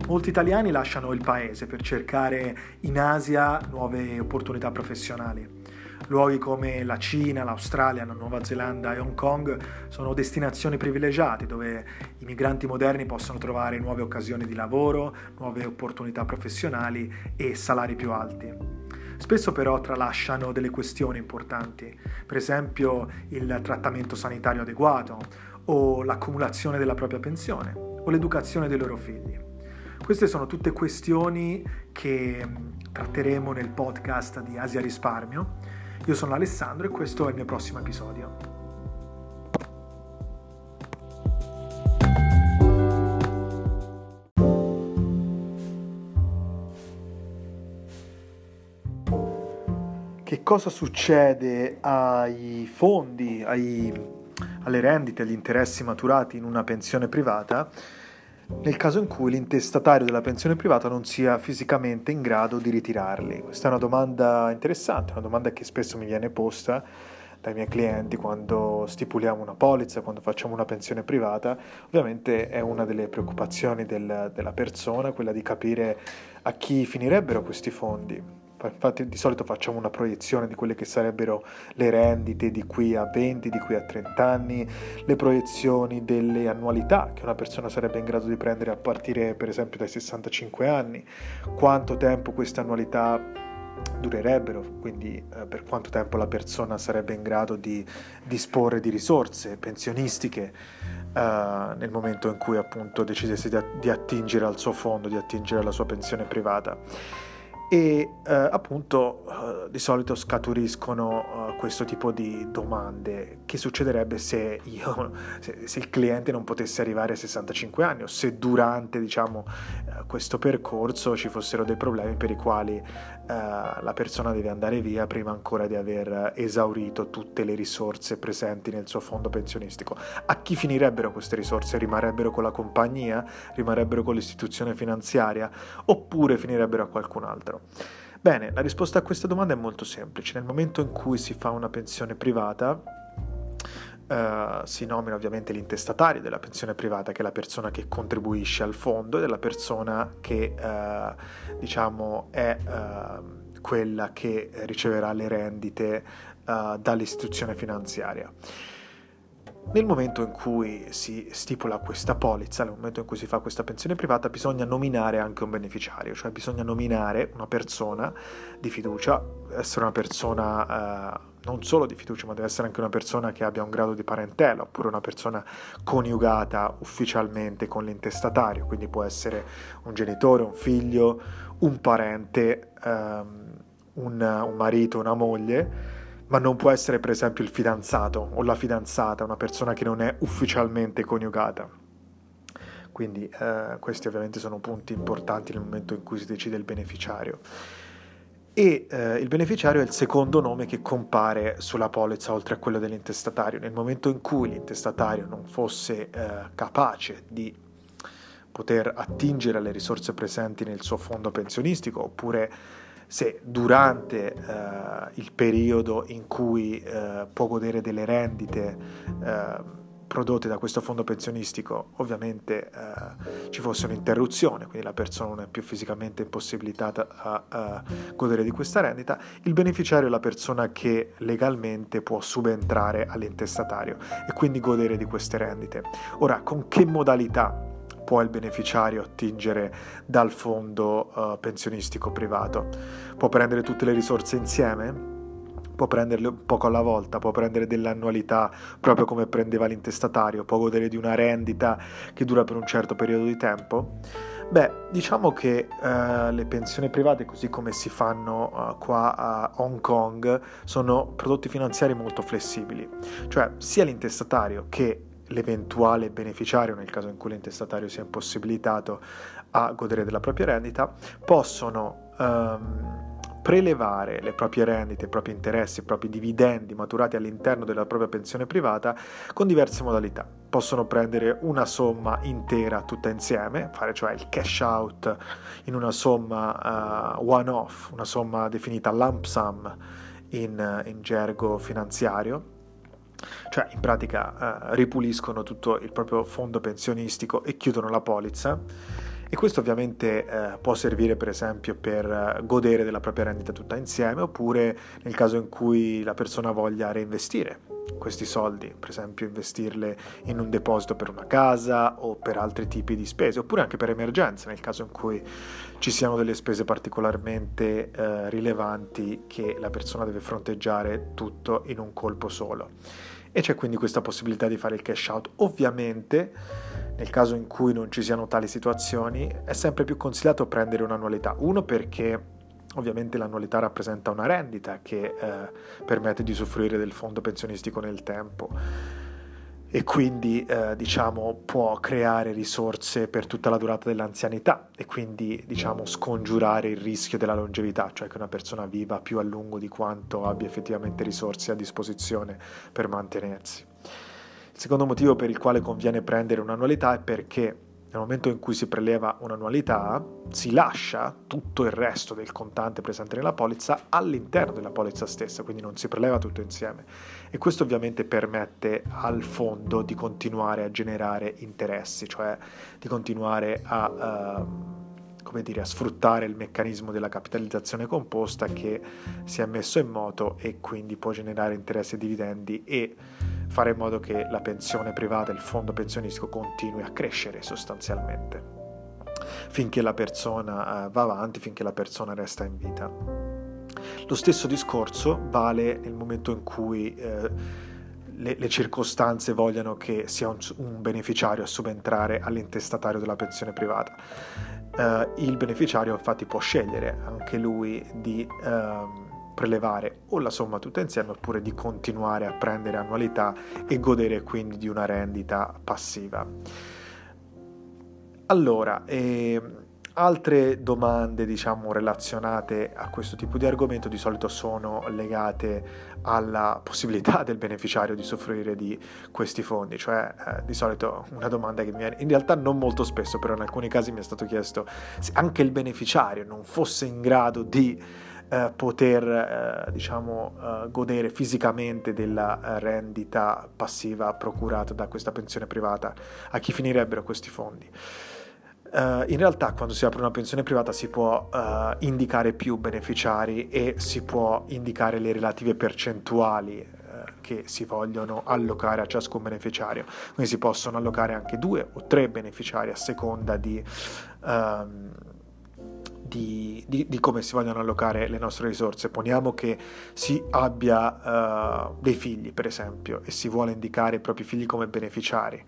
Molti italiani lasciano il paese per cercare in Asia nuove opportunità professionali. Luoghi come la Cina, l'Australia, la Nuova Zelanda e Hong Kong sono destinazioni privilegiate dove i migranti moderni possono trovare nuove occasioni di lavoro, nuove opportunità professionali e salari più alti. Spesso però tralasciano delle questioni importanti, per esempio il trattamento sanitario adeguato o l'accumulazione della propria pensione o l'educazione dei loro figli. Queste sono tutte questioni che tratteremo nel podcast di Asia Risparmio. Io sono Alessandro e questo è il mio prossimo episodio. Che cosa succede ai fondi, alle rendite, agli interessi maturati in una pensione privata nel caso in cui l'intestatario della pensione privata non sia fisicamente in grado di ritirarli? Questa è una domanda interessante, una domanda che spesso mi viene posta dai miei clienti quando stipuliamo una polizza, quando facciamo una pensione privata. Ovviamente è una delle preoccupazioni della persona, quella di capire a chi finirebbero questi fondi. Infatti di solito facciamo una proiezione di quelle che sarebbero le rendite di qui a 20, di qui a 30 anni, le proiezioni delle annualità che una persona sarebbe in grado di prendere a partire per esempio dai 65 anni, quanto tempo queste annualità durerebbero, quindi per quanto tempo la persona sarebbe in grado di disporre di risorse pensionistiche nel momento in cui appunto decidesse di attingere al suo fondo, di attingere alla sua pensione privata. E appunto di solito scaturiscono questo tipo di domande. Che succederebbe se il cliente non potesse arrivare a 65 anni o se durante questo percorso ci fossero dei problemi per i quali la persona deve andare via prima ancora di aver esaurito tutte le risorse presenti nel suo fondo pensionistico. A chi finirebbero queste risorse? Rimarrebbero con la compagnia? Rimarrebbero con l'istituzione finanziaria? Oppure finirebbero a qualcun altro? Bene, la risposta a questa domanda è molto semplice. Nel momento in cui si fa una pensione privata, si nomina ovviamente l'intestatario della pensione privata, che è la persona che contribuisce al fondo, ed è la persona che è quella che riceverà le rendite dall'istituzione finanziaria. Nel momento in cui si stipula questa polizza, nel momento in cui si fa questa pensione privata, bisogna nominare anche un beneficiario, cioè bisogna nominare una persona di fiducia, essere una persona non solo di fiducia, ma deve essere anche una persona che abbia un grado di parentela, oppure una persona coniugata ufficialmente con l'intestatario, quindi può essere un genitore, un figlio, un parente, un marito, una moglie, ma non può essere per esempio il fidanzato o la fidanzata, una persona che non è ufficialmente coniugata. Quindi questi ovviamente sono punti importanti nel momento in cui si decide il beneficiario. E il beneficiario è il secondo nome che compare sulla polizza oltre a quello dell'intestatario. Nel momento in cui l'intestatario non fosse capace di poter attingere alle risorse presenti nel suo fondo pensionistico, oppure se durante il periodo in cui può godere delle rendite prodotte da questo fondo pensionistico, ovviamente ci fosse un'interruzione, quindi la persona non è più fisicamente impossibilitata a godere di questa rendita, il beneficiario è la persona che legalmente può subentrare all'intestatario e quindi godere di queste rendite. Ora, con che modalità può il beneficiario attingere dal fondo pensionistico privato? Può prendere tutte le risorse insieme? Può prenderle un poco alla volta? Può prendere delle annualità proprio come prendeva l'intestatario? Può godere di una rendita che dura per un certo periodo di tempo? Beh, diciamo che le pensioni private, così come si fanno qua a Hong Kong, sono prodotti finanziari molto flessibili, cioè sia l'intestatario che l'eventuale beneficiario, nel caso in cui l'intestatario sia impossibilitato a godere della propria rendita, possono prelevare le proprie rendite, i propri interessi, i propri dividendi maturati all'interno della propria pensione privata con diverse modalità. Possono prendere una somma intera tutta insieme, fare cioè il cash out in una somma one-off, una somma definita lump sum in gergo finanziario. Cioè in pratica ripuliscono tutto il proprio fondo pensionistico e chiudono la polizza, E questo ovviamente può servire per esempio per godere della propria rendita tutta insieme, oppure nel caso in cui la persona voglia reinvestire questi soldi, per esempio investirle in un deposito per una casa o per altri tipi di spese, oppure anche per emergenze, nel caso in cui ci siano delle spese particolarmente rilevanti che la persona deve fronteggiare tutto in un colpo solo. E c'è quindi questa possibilità di fare il cash out. Ovviamente, nel caso in cui non ci siano tali situazioni, è sempre più consigliato prendere un'annualità. Uno, perché ovviamente l'annualità rappresenta una rendita che permette di usufruire del fondo pensionistico nel tempo e quindi diciamo può creare risorse per tutta la durata dell'anzianità e quindi diciamo scongiurare il rischio della longevità, cioè che una persona viva più a lungo di quanto abbia effettivamente risorse a disposizione per mantenersi. Il secondo motivo per il quale conviene prendere un'annualità è perché nel momento in cui si preleva un'annualità si lascia tutto il resto del contante presente nella polizza all'interno della polizza stessa, quindi non si preleva tutto insieme, e questo ovviamente permette al fondo di continuare a generare interessi, cioè di continuare a sfruttare il meccanismo della capitalizzazione composta che si è messo in moto e quindi può generare interessi e dividendi e fare in modo che la pensione privata, il fondo pensionistico continui a crescere sostanzialmente finché la persona va avanti, finché la persona resta in vita. Lo stesso discorso vale nel momento in cui le circostanze vogliano che sia un beneficiario a subentrare all'intestatario della pensione privata. Il beneficiario infatti può scegliere anche lui di prelevare o la somma tutta insieme oppure di continuare a prendere annualità e godere quindi di una rendita passiva. Allora, altre domande diciamo relazionate a questo tipo di argomento di solito sono legate alla possibilità del beneficiario di usufruire di questi fondi, cioè di solito una domanda che mi viene, in realtà non molto spesso, però in alcuni casi mi è stato chiesto se anche il beneficiario non fosse in grado di poter godere fisicamente della rendita passiva procurata da questa pensione privata, a chi finirebbero questi fondi? In realtà quando si apre una pensione privata si può indicare più beneficiari e si può indicare le relative percentuali che si vogliono allocare a ciascun beneficiario, quindi si possono allocare anche 2 o 3 beneficiari a seconda di come si vogliono allocare le nostre risorse. Poniamo che si abbia dei figli, per esempio, e si vuole indicare i propri figli come beneficiari.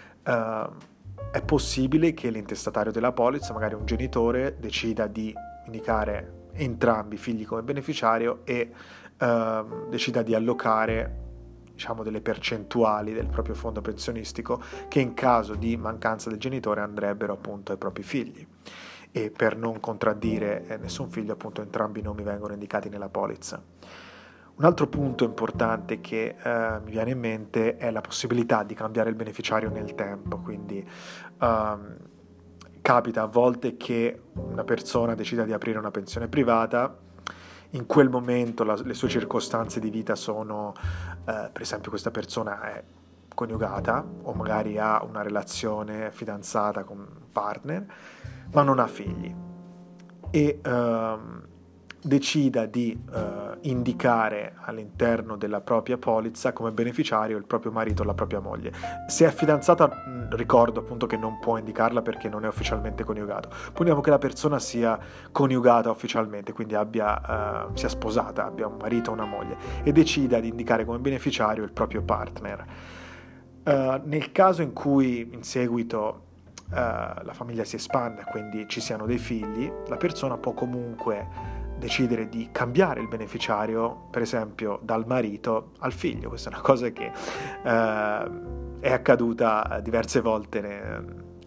È possibile che l'intestatario della polizza, magari un genitore, decida di indicare entrambi i figli come beneficiario e decida di allocare diciamo delle percentuali del proprio fondo pensionistico che in caso di mancanza del genitore andrebbero appunto ai propri figli. E per non contraddire nessun figlio, appunto, entrambi i nomi vengono indicati nella polizza. Un altro punto importante che mi viene in mente è la possibilità di cambiare il beneficiario nel tempo, quindi capita a volte che una persona decida di aprire una pensione privata, in quel momento le sue circostanze di vita sono, per esempio questa persona è coniugata o magari ha una relazione fidanzata con un partner, ma non ha figli e decida di indicare all'interno della propria polizza come beneficiario il proprio marito o la propria moglie. Se è fidanzata, ricordo appunto che non può indicarla perché non è ufficialmente coniugato. Poniamo che la persona sia coniugata ufficialmente, quindi sia sposata, abbia un marito o una moglie e decida di indicare come beneficiario il proprio partner. Nel caso in cui in seguito la famiglia si espanda, quindi ci siano dei figli, la persona può comunque decidere di cambiare il beneficiario, per esempio dal marito al figlio. Questa è una cosa che è accaduta diverse volte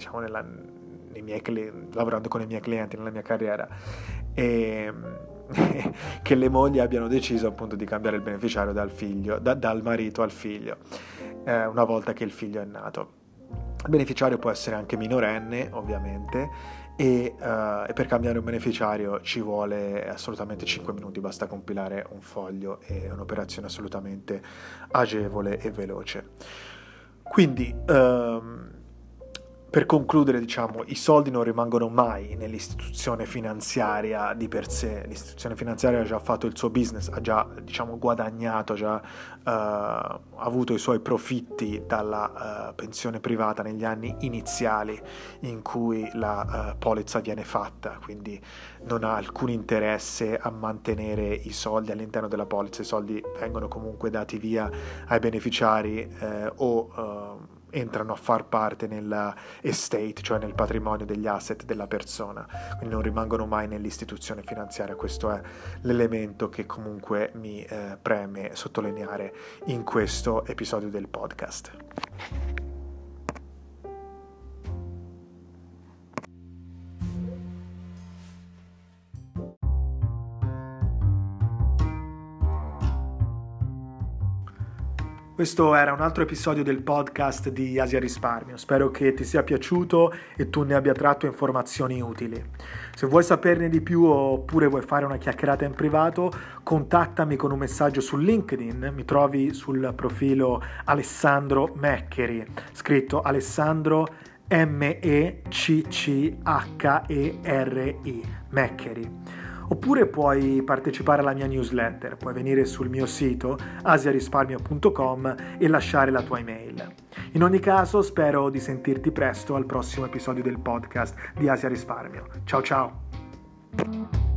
lavorando con i miei clienti nella mia carriera, e che le mogli abbiano deciso appunto di cambiare il beneficiario dal marito al figlio una volta che il figlio è nato. Il beneficiario può essere anche minorenne, ovviamente, e per cambiare un beneficiario ci vuole assolutamente 5 minuti, basta compilare un foglio, è un'operazione assolutamente agevole e veloce. Quindi Per concludere, diciamo, i soldi non rimangono mai nell'istituzione finanziaria di per sé. L'istituzione finanziaria ha già fatto il suo business, ha già, diciamo, guadagnato, ha già avuto i suoi profitti dalla pensione privata negli anni iniziali in cui la polizza viene fatta, quindi non ha alcun interesse a mantenere i soldi all'interno della polizza. I soldi vengono comunque dati via ai beneficiari o entrano a far parte nella estate, cioè nel patrimonio degli asset della persona, quindi non rimangono mai nell'istituzione finanziaria. Questo è l'elemento che comunque mi preme sottolineare in questo episodio del podcast. Questo era un altro episodio del podcast di Asia Risparmio. Spero che ti sia piaciuto e tu ne abbia tratto informazioni utili. Se vuoi saperne di più oppure vuoi fare una chiacchierata in privato, contattami con un messaggio su LinkedIn. Mi trovi sul profilo Alessandro Meccheri, scritto Alessandro Meccheri, Meccheri. Oppure puoi partecipare alla mia newsletter, puoi venire sul mio sito asiarisparmio.com e lasciare la tua email. In ogni caso, spero di sentirti presto al prossimo episodio del podcast di Asia Risparmio. Ciao ciao!